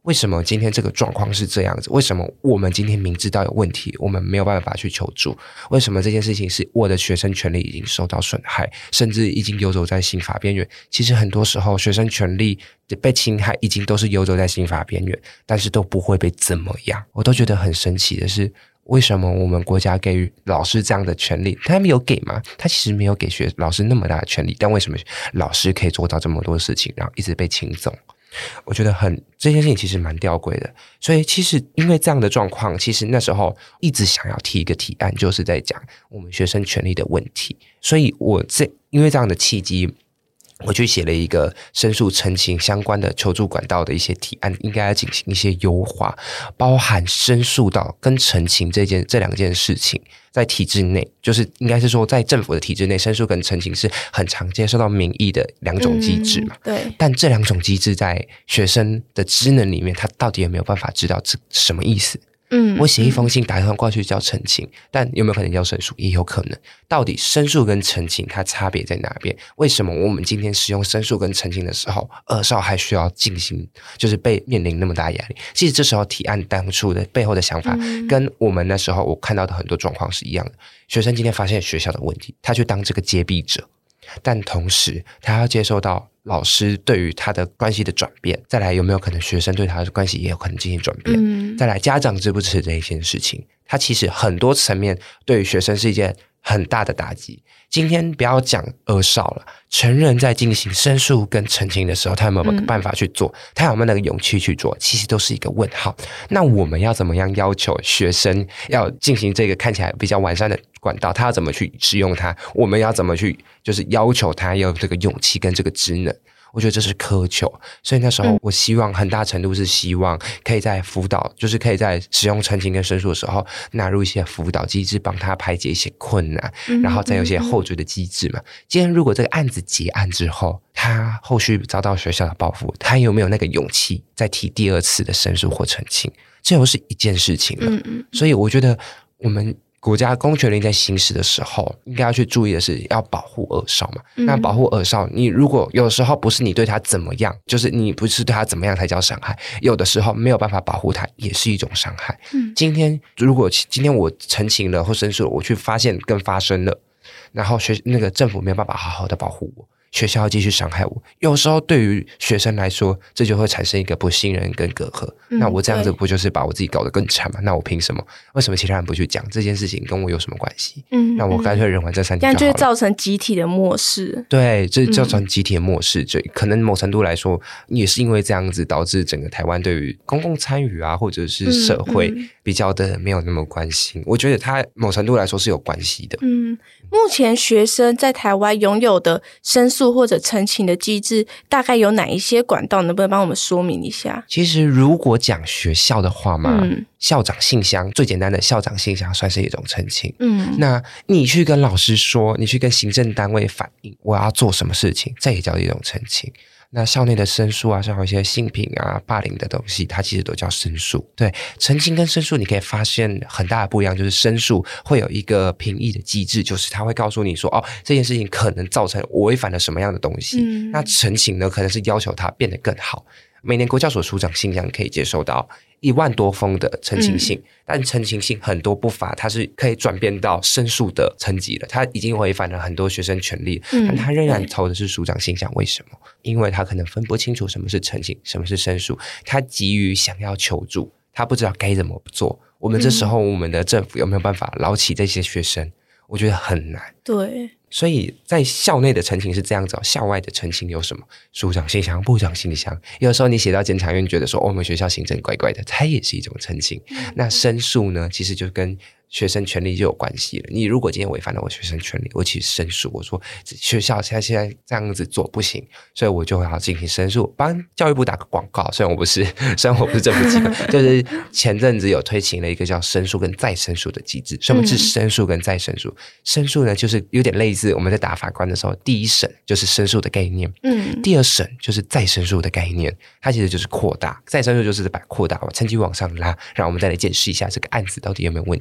为什么今天这个状况是这样子？为什么我们今天明知道有问题，我们没有办法去求助？为什么这件事情是我的学生权利已经受到损害，甚至已经游走在刑法边缘？其实很多时候学生权利被侵害已经都是游走在刑法边缘，但是都不会被怎么样。我都觉得很神奇的是，为什么我们国家给予老师这样的权利？他没有给吗？他其实没有给学老师那么大的权利，但为什么老师可以做到这么多事情，然后一直被请走？我觉得很这件事情其实蛮吊诡的。所以其实因为这样的状况，其实那时候一直想要提一个提案，就是在讲我们学生权利的问题。所以我这因为这样的契机，我去写了一个申诉陈情相关的求助管道的一些提案，应该要进行一些优化，包含申诉到跟陈情这件这两件事情，在体制内，就是应该是说在政府的体制内，申诉跟陈情是很常接受到民意的两种机制嘛、 嗯、对。 但这两种机制在学生的职能里面，他到底有没有办法知道这什么意思？嗯，我写一封信打电话过去叫陈情，但有没有可能叫申诉？也有可能。到底申诉跟陈情它差别在哪边？为什么我们今天使用申诉跟陈情的时候，二少还需要进行，就是被面临那么大压力？其实这时候提案当初的背后的想法，跟我们那时候我看到的很多状况是一样的。学生今天发现学校的问题，他去当这个揭弊者，但同时他要接受到老师对于他的关系的转变，再来有没有可能学生对他的关系也有可能进行转变、嗯、再来家长支不支持这一件事情，他其实很多层面对于学生是一件很大的打击。今天不要讲儿少了，成人在进行申诉跟陈情的时候，他有没有办法去做、嗯、他有没有那个勇气去做，其实都是一个问号。那我们要怎么样要求学生要进行这个看起来比较完善的管道，他要怎么去使用它？我们要怎么去就是要求他要有这个勇气跟这个职能？我觉得这是苛求。所以那时候我希望很大程度是希望可以在辅导，就是可以在使用陈情跟申诉的时候纳入一些辅导机制，帮他排解一些困难，然后再有一些后追的机制嘛。今天如果这个案子结案之后，他后续遭到学校的报复，他有没有那个勇气再提第二次的申诉或陈情，这又是一件事情了。所以我觉得我们国家公权力在行使的时候，应该要去注意的是要保护儿少嘛、嗯、那保护儿少，你如果有时候不是你对他怎么样，就是你不是对他怎么样才叫伤害，有的时候没有办法保护他也是一种伤害、嗯、今天如果今天我陈情了或申诉了，我去发现跟发生了，然后学那个政府没有办法好好的保护我，学校要继续伤害我，有时候对于学生来说，这就会产生一个不信任跟隔阂、嗯、那我这样子不就是把我自己搞得更惨吗？那我凭什么？为什么其他人不去讲这件事情跟我有什么关系？嗯，那我干脆忍完这三天就好了。 这样就会造成集体的漠视。 对，这造成集体的漠视、嗯、就可能某程度来说也是因为这样子导致整个台湾对于公共参与啊或者是社会比较的没有那么关心、嗯嗯、我觉得它某程度来说是有关系的。 嗯，目前学生在台湾拥有的申诉或者陈情的机制大概有哪一些管道，能不能帮我们说明一下？ 其实如果讲学校的话嘛、嗯、校长信箱，最简单的校长信箱算是一种陈情。嗯，那你去跟老师说，你去跟行政单位反映我要做什么事情，这也叫一种陈情。那校内的申诉啊，像有一些性平啊霸凌的东西，它其实都叫申诉。对，陈情跟申诉你可以发现很大的不一样，就是申诉会有一个评议的机制，就是它会告诉你说哦，这件事情可能造成我违反了什么样的东西、嗯、那陈情呢可能是要求它变得更好。每年国教所署长信箱可以接收到一万多封的陈情信、嗯、但陈情信很多不乏它是可以转变到申诉的层级了，它已经违反了很多学生权利、嗯、但他仍然投的是署长信箱。为什么？因为他可能分不清楚什么是陈情什么是申诉，他急于想要求助，他不知道该怎么做。我们这时候我们的政府有没有办法捞起这些学生？我觉得很难。 对， 所以在校内的陈情是这样子、哦、校外的陈情有什么？署长信箱、部长信箱，有时候你写到监察院觉得说、哦、我们学校行政怪怪的，它也是一种陈情、嗯、那申诉呢其实就跟学生权利就有关系了。你如果今天违反了我学生权利，我去申诉，我说学校现在现在这样子做不行，所以我就会要进行申诉，帮教育部打个广告。虽然我不是虽然我不是政府机构就是前阵子有推行了一个叫申诉跟再申诉的机制。什么是申诉跟再申诉、嗯、申诉呢就是有点类似我们在打法官的时候，第一审就是申诉的概念，嗯，第二审就是再申诉的概念，它其实就是扩大。再申诉就是把扩大成绩往上拉，让我们再来检视一下这个案子到底有没有问题，会不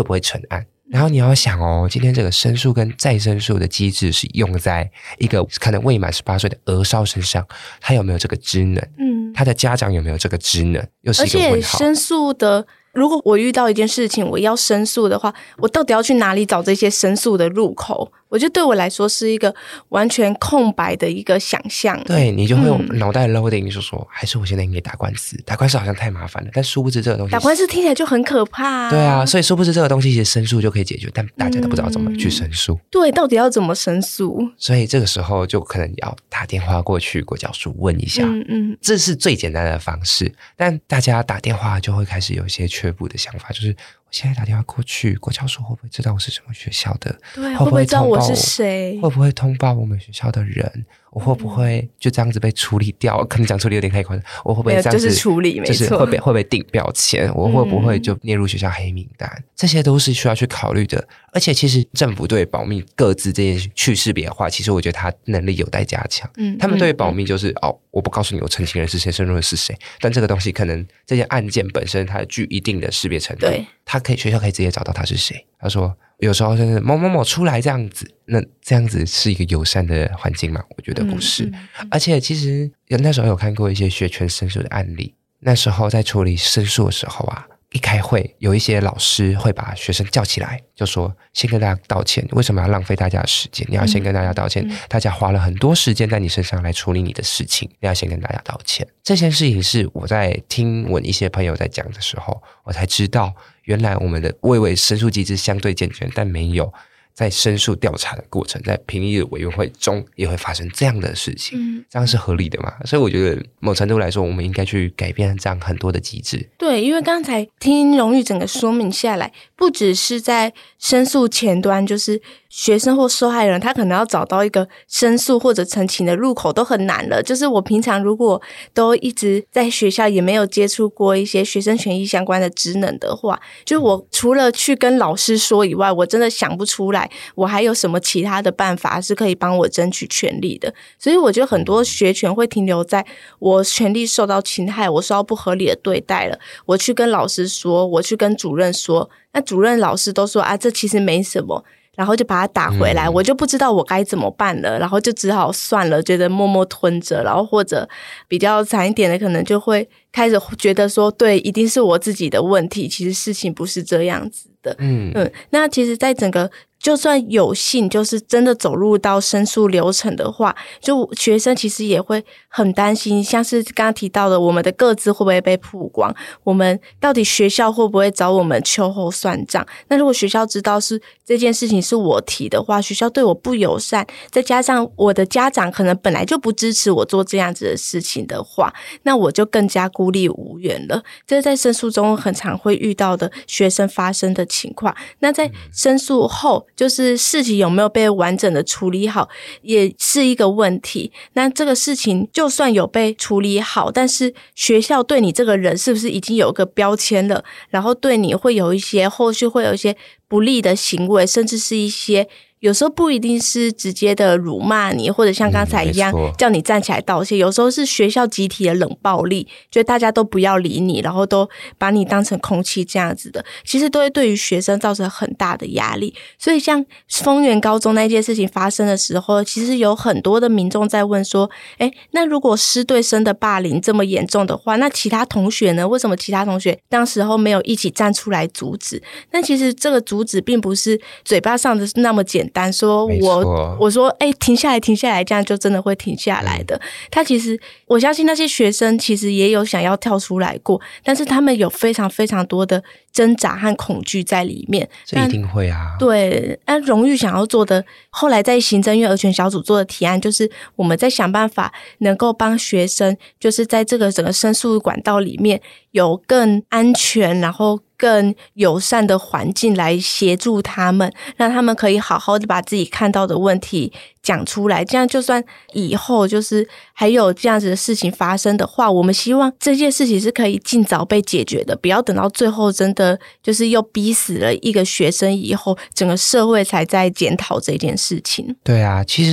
不会成案。然后你要想哦，今天这个申诉跟再申诉的机制是用在一个可能未满十八岁的儿少身上，他有没有这个职能？嗯，他的家长有没有这个职能？又是一个问号。 而且申诉的，如果我遇到一件事情我要申诉的话，我到底要去哪里找这些申诉的入口？我觉得对我来说是一个完全空白的一个想象。 对，你就会有脑袋 loading 就说、嗯、还是我现在应该打官司，打官司好像太麻烦了，但殊不知这个东西打官司听起来就很可怕、啊、 对啊，所以殊不知这个东西其实申诉就可以解决，但大家都不知道怎么去申诉、嗯、 对，到底要怎么申诉？ 所以这个时候就可能要打电话过去国教署问一下，嗯嗯，这是最简单的方式。但大家打电话就会开始有一些却步的想法，就是我现在打电话过去，国教署会不会知道我是什么学校的？ 对，会不会知道我是谁？ 会不会通报我们学校的人？我会不会就这样子被处理掉？可能讲处理有点太夸张，我会不会这样子就是处理？没错， 就是会被会被定标签？我会不会就列入学校黑名单？嗯、这些都是需要去考虑的。而且其实政府对保密各自这件去识别的话，其实我觉得他能力有待加强。嗯，他们对保密就是、嗯、哦，我不告诉你我陈情人是谁，申诉人是谁，但这个东西可能这件案件本身它具一定的识别程度，对，他可以学校可以直接找到他是谁。他说有时候就是某某某出来这样子，那这样子是一个友善的环境吗？我觉得不是。嗯嗯、而且其实那时候有看过一些学权申诉的案例，那时候在处理申诉的时候啊，一开会有一些老师会把学生叫起来，就说先跟大家道歉，为什么要浪费大家的时间？你要先跟大家道歉、嗯嗯、大家花了很多时间在你身上来处理你的事情，你要先跟大家道歉。这件事情是我在听闻一些朋友在讲的时候，我才知道原来我们的我以为申诉机制相对健全，但没有在申诉调查的过程，在评议委员会中也会发生这样的事情、嗯、这样是合理的嘛？所以我觉得某程度来说我们应该去改变这样很多的机制。 对，因为刚才听荣誉整个说明下来，不只是在申诉前端，就是学生或受害人他可能要找到一个申诉或者陈情的入口都很难了。就是我平常如果都一直在学校也没有接触过一些学生权益相关的职能的话，就我除了去跟老师说以外，我真的想不出来我还有什么其他的办法是可以帮我争取权利的。所以我觉得很多学权会停留在我权利受到侵害，我受到不合理的对待了，我去跟老师说，我去跟主任说，那主任老师都说啊，这其实没什么，然后就把它打回来、嗯、我就不知道我该怎么办了，然后就只好算了，觉得默默吞着。然后或者比较惨一点的可能就会开始觉得说，对，一定是我自己的问题，其实事情不是这样子的。嗯嗯，那其实在整个就算有幸就是真的走入到申诉流程的话，就学生其实也会很担心，像是刚刚提到的我们的个资会不会被曝光，我们到底学校会不会找我们秋后算账。那如果学校知道是这件事情是我提的话，学校对我不友善，再加上我的家长可能本来就不支持我做这样子的事情的话，那我就更加孤立无援了。这是在申诉中很常会遇到的学生发生的情况。那在申诉后，就是事情有没有被完整的处理好也是一个问题。那这个事情就算有被处理好，但是学校对你这个人是不是已经有个标签了，然后对你会有一些后续会有一些不利的行为，甚至是一些有时候不一定是直接的辱骂你，或者像刚才一样、嗯、叫你站起来道歉，有时候是学校集体的冷暴力，就大家都不要理你，然后都把你当成空气这样子的，其实都会对于学生造成很大的压力。所以像丰原高中那件事情发生的时候，其实有很多的民众在问说，诶，那如果师对生的霸凌这么严重的话，那其他同学呢？为什么其他同学当时候没有一起站出来阻止？那其实这个阻止并不是嘴巴上的那么简单，说我我说哎、欸，停下来停下来，这样就真的会停下来的、嗯、他其实我相信那些学生其实也有想要跳出来过，但是他们有非常非常多的挣扎和恐惧在里面。 这一定会啊。 对，那荣誉想要做的，后来在行政院儿权小组做的提案，就是我们在想办法能够帮学生，就是在这个整个申诉管道里面有更安全然后更友善的环境来协助他们，让他们可以好好的把自己看到的问题讲出来。这样就算以后就是还有这样子的事情发生的话，我们希望这件事情是可以尽早被解决的，不要等到最后真的就是又逼死了一个学生以后，整个社会才在检讨这件事情。 对啊，其实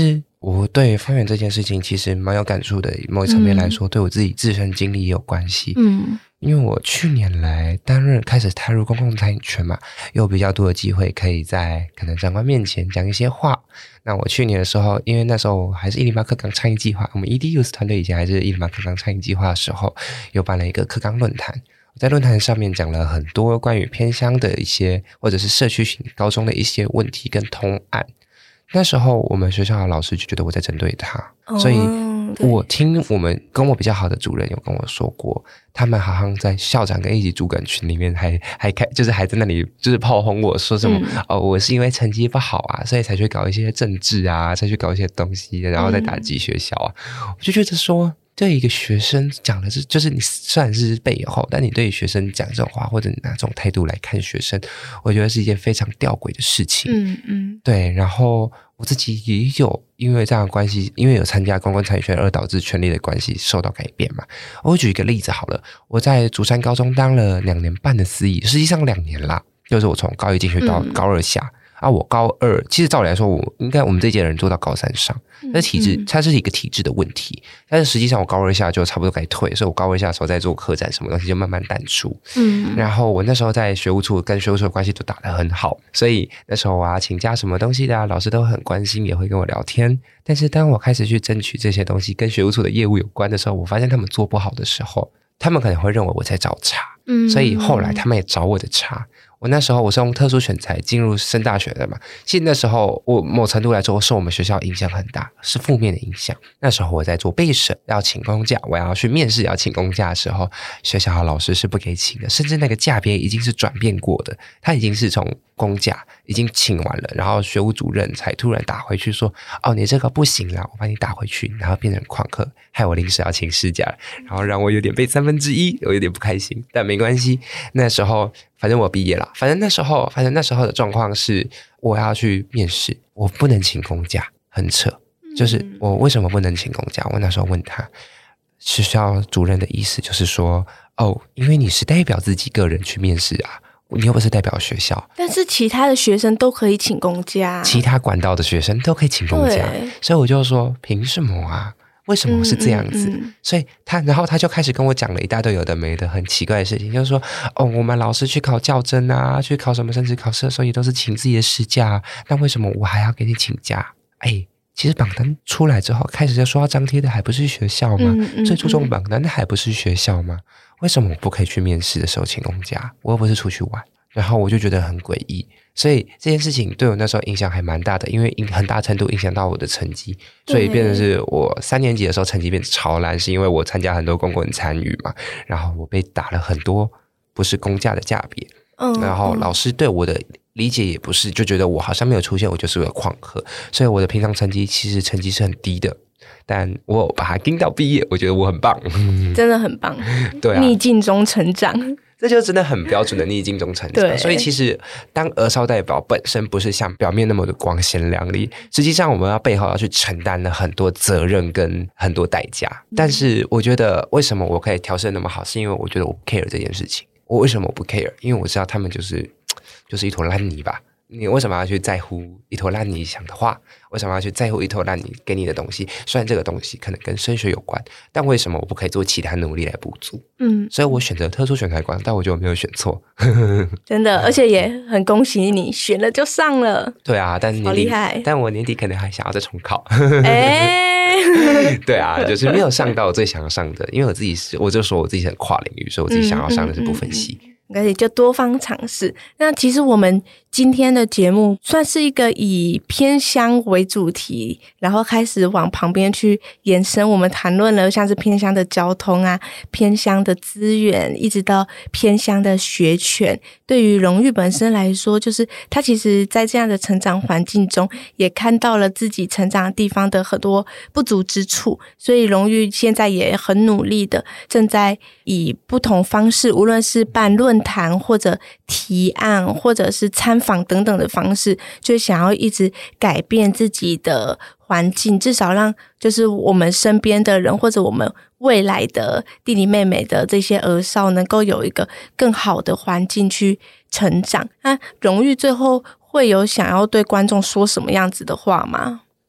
我对方圆这件事情其实蛮有感触的，某一层面来说、嗯、对我自己自身经历也有关系。嗯，因为我去年来担任开始踏入公共餐饮圈嘛，有比较多的机会可以在可能长官面前讲一些话。那我去年的时候，因为那时候还是一零八课纲倡议计划，我们 E D U S 团队以前还是一零八课纲倡议计划的时候，有办了一个课纲论坛。我在论坛上面讲了很多关于偏乡的一些或者是社区型高中的一些问题跟通案。那时候我们学校的老师就觉得我在针对他、哦、所以我听我们跟我比较好的主任有跟我说过，他们好像在校长跟一级主管群里面还还开就是还在那里就是炮轰我说什么、嗯、哦，我是因为成绩不好啊，所以才去搞一些政治啊，才去搞一些东西，然后再打击学校啊、嗯、我就觉得说对一个学生讲的是，就是你虽然是背后，但你对学生讲这种话，或者你拿这种态度来看学生，我觉得是一件非常吊诡的事情。嗯嗯，对。然后我自己也有因为这样的关系，因为有参加公共参与权而导致权力的关系受到改变嘛。我举一个例子好了，我在竹山高中当了两年半的司仪，实际上两年啦，就是我从高一进去到高二下。嗯啊，我高二其实照理来说，我应该我们这届人做到高三上，但是体制、嗯、它是一个体制的问题。但是实际上我高二下就差不多该退，所以我高二下的时候在做科展什么东西就慢慢淡出。嗯，然后我那时候在学务处跟学务处的关系都打得很好，所以那时候啊请假什么东西的啊，老师都很关心，也会跟我聊天。但是当我开始去争取这些东西跟学务处的业务有关的时候，我发现他们做不好的时候，他们可能会认为我在找茬。嗯，所以后来他们也找我的茬。我那时候我是用特殊选材进入升大学的嘛，其实那时候我某程度来说受我们学校影响很大，是负面的影响。那时候我在做备审要请公假，我要去面试要请公假的时候，学校的老师是不给请的，甚至那个假别已经是转变过的，他已经是从公假已经请完了，然后学务主任才突然打回去说，哦你这个不行啦，我把你打回去，然后变成旷课，害我临时要请事假，然后让我有点被三分之一，我有点不开心，但没关系。那时候反正我毕业了，反正那时候反正那时候的状况是我要去面试，我不能请公假，很扯。就是我为什么不能请公假，我那时候问他，学校主任的意思就是说，哦因为你是代表自己个人去面试啊，你又不是代表学校。 但是其他的学生都可以请公假， 其他管道的学生都可以请公假，所以我就说凭什么啊，为什么是这样子、嗯嗯嗯、所以他然后他就开始跟我讲了一大堆有的没的很奇怪的事情，就是说哦我们老师去考教甄啊，去考什么甚至考试的时候也都是请自己的事假，那为什么我还要给你请假？哎，其实榜单出来之后开始就说要张贴的还不是学校吗？嗯嗯、最注重榜单的还不是学校吗？为什么我不可以去面试的时候请公假？我又不是出去玩。然后我就觉得很诡异，所以这件事情对我那时候影响还蛮大的，因为很大程度影响到我的成绩，所以变成是我三年级的时候成绩变得超烂，是因为我参加很多公共参与嘛，然后我被打了很多不是公假的假别、嗯、然后老师对我的理解也不是，就觉得我好像没有出现我就是个旷课，所以我的平常成绩其实成绩是很低的，但我把它盯到毕业，我觉得我很棒， 真的很棒。对啊，逆境中成长， 这就真的很标准的逆境中成长。所以其实当儿少代表本身不是像表面那么的光鲜亮丽，实际上我们要背后要去承担了很多责任跟很多代价、嗯、但是我觉得为什么我可以调试那么好，是因为我觉得我不 care 这件事情。我为什么我不 care？ 因为我知道他们就是就是一坨烂泥吧，你为什么要去在乎一坨烂泥想的话？为什么要去在乎一坨烂泥给你的东西？虽然这个东西可能跟升学有关，但为什么我不可以做其他努力来补足？嗯，所以我选择特殊选材官，但我觉得我没有选错， 真的，而且也很恭喜你选了就上了。 对啊，但年底好厉害，但我年底可能还想要再重考。 哎， 对啊，就是没有上到我最想要上的，因为我自己是，我就说我自己是很跨领域，所以我自己想要上的是部分系。嗯嗯嗯嗯， 而且就多方尝试。那其实我们今天的节目算是一个以偏乡为主题，然后开始往旁边去延伸。我们谈论了像是偏乡的交通啊，偏乡的资源，一直到偏乡的学权。对于荣誉本身来说，就是他其实在这样的成长环境中，也看到了自己成长的地方的很多不足之处。所以荣誉现在也很努力的，正在以不同方式，无论是办论谈或者提案或者是参访等等的方式，就想要一直改变自己的环境，至少让就是我们身边的人或者我们未来的弟弟妹妹的这些儿少能够有一个更好的环境去成长。那荣誉最后会有想要对观众说什么样子的话吗？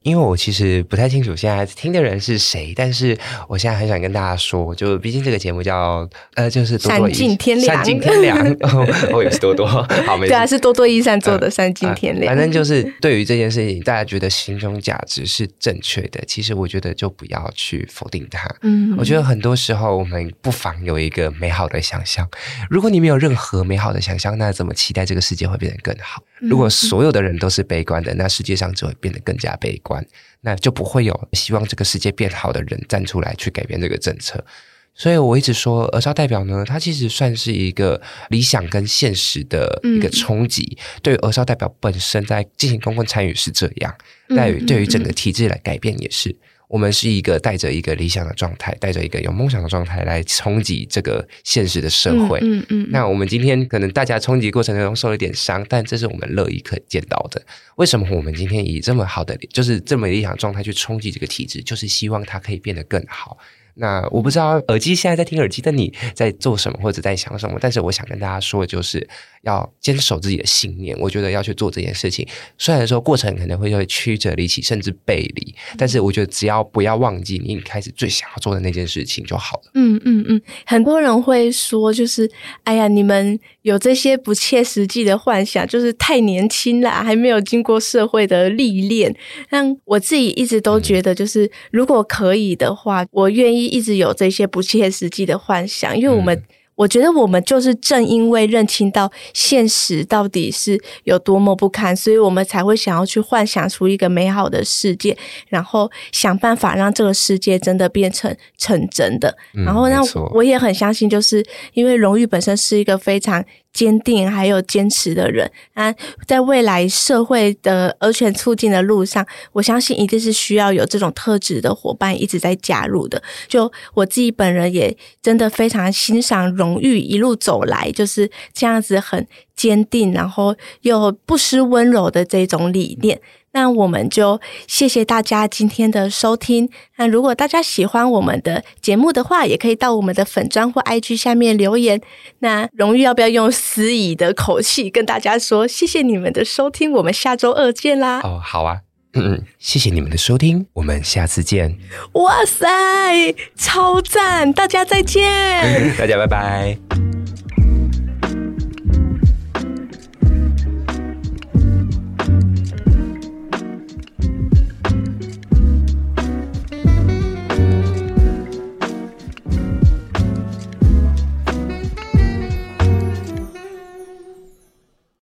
因为我其实不太清楚现在听的人是谁，但是我现在很想跟大家说，就毕竟这个节目叫呃，就是多多善尽天良， 善尽天良。哦，我也是多多，好，没事。 对啊，是多多益善做的善尽天良。 呃呃、反正就是对于这件事情，大家觉得心中价值是正确的，其实我觉得就不要去否定它。嗯，我觉得很多时候我们不妨有一个美好的想象。如果你没有任何美好的想象，那怎么期待这个世界会变得更好？如果所有的人都是悲观的，那世界上只会变得更加悲观，那就不会有希望这个世界变好的人站出来去改变这个政策。所以我一直说儿少代表呢，它其实算是一个理想跟现实的一个冲击。嗯、对于儿少代表本身在进行公共参与是这样，对于对于整个体制来改变也是。我们是一个带着一个理想的状态，带着一个有梦想的状态来冲击这个现实的社会。嗯嗯嗯、那我们今天可能大家冲击过程中受了一点伤，但这是我们乐意可见到的。为什么我们今天以这么好的，就是这么理想的状态去冲击这个体制，就是希望它可以变得更好。那我不知道耳机现在在听耳机的你在做什么或者在想什么，但是我想跟大家说的就是要坚守自己的信念。我觉得要去做这件事情，虽然说过程可能会曲折离奇甚至背离，但是我觉得只要不要忘记你一开始最想要做的那件事情就好了。 嗯嗯嗯，很多人会说就是哎呀，你们有这些不切实际的幻想，就是太年轻啦，还没有经过社会的历练。但我自己一直都觉得就是、嗯、如果可以的话，我愿意一直有这些不切实际的幻想，因为我们、嗯、我觉得我们就是正因为认清到现实到底是有多么不堪，所以我们才会想要去幻想出一个美好的世界，然后想办法让这个世界真的变成成真的、嗯、然后那我也很相信，就是因为荣誉本身是一个非常坚定还有坚持的人啊，在未来社会的儿权促进的路上，我相信一定是需要有这种特质的伙伴一直在加入的。就我自己本人也真的非常欣赏荣誉一路走来就是这样子很坚定，然后又不失温柔的这种理念。那我们就谢谢大家今天的收听。那如果大家喜欢我们的节目的话，也可以到我们的粉专或 I G 下面留言。那荣誉要不要用司仪的口气跟大家说谢谢你们的收听，我们下周二见啦。 哦，好啊。嗯，谢谢你们的收听，我们下次见。 哇塞，超赞，大家再见。 大家拜拜。